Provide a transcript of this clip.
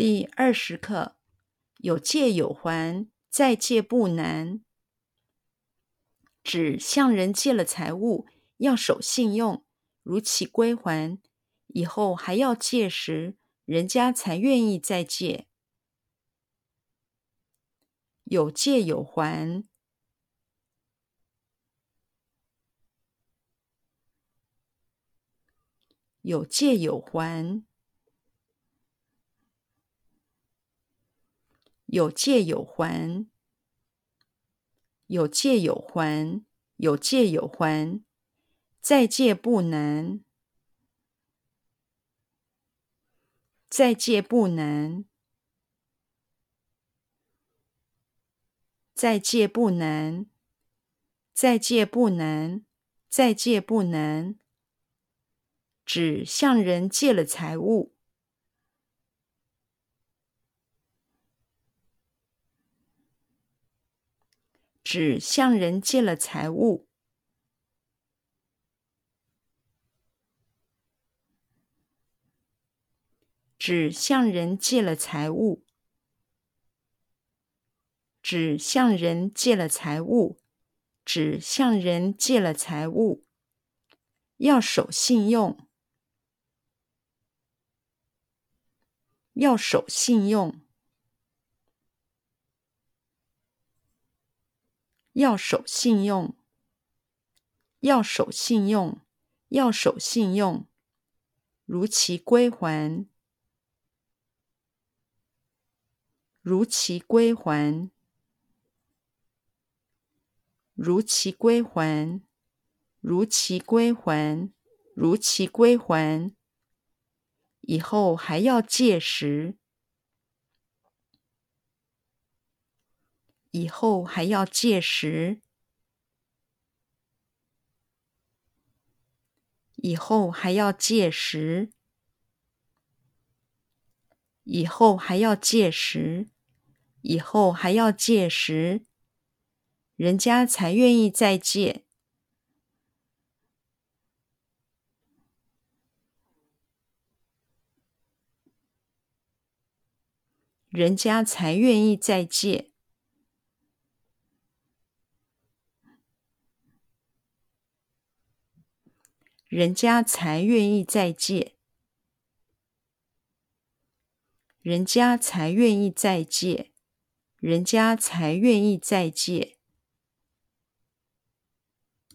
第20课，有借有还，再借不难。指向人借了财物，要守信用，如期归还，以后还要借时，人家才愿意再借。有借有还，有借有还，有借有还，有借有还，有借有还，再借不难，再借不难，再借不难，再借不难，再借不难。指向人借了财物，指向人借了财物，指向人借了财物，指向人借了财物，指向人借了财物。要守信用，要守信用，要守信用，要守信用，要守信用，如期归还，如期归还，如期归还，如期归还，如期归还，以后还要借时，以后还要借时，以后还要借时，以后还要借时，以后还要借时，人家才愿意再借，人家才愿意再借，人家才愿意再借，人家才愿意再借，人家才愿意再借。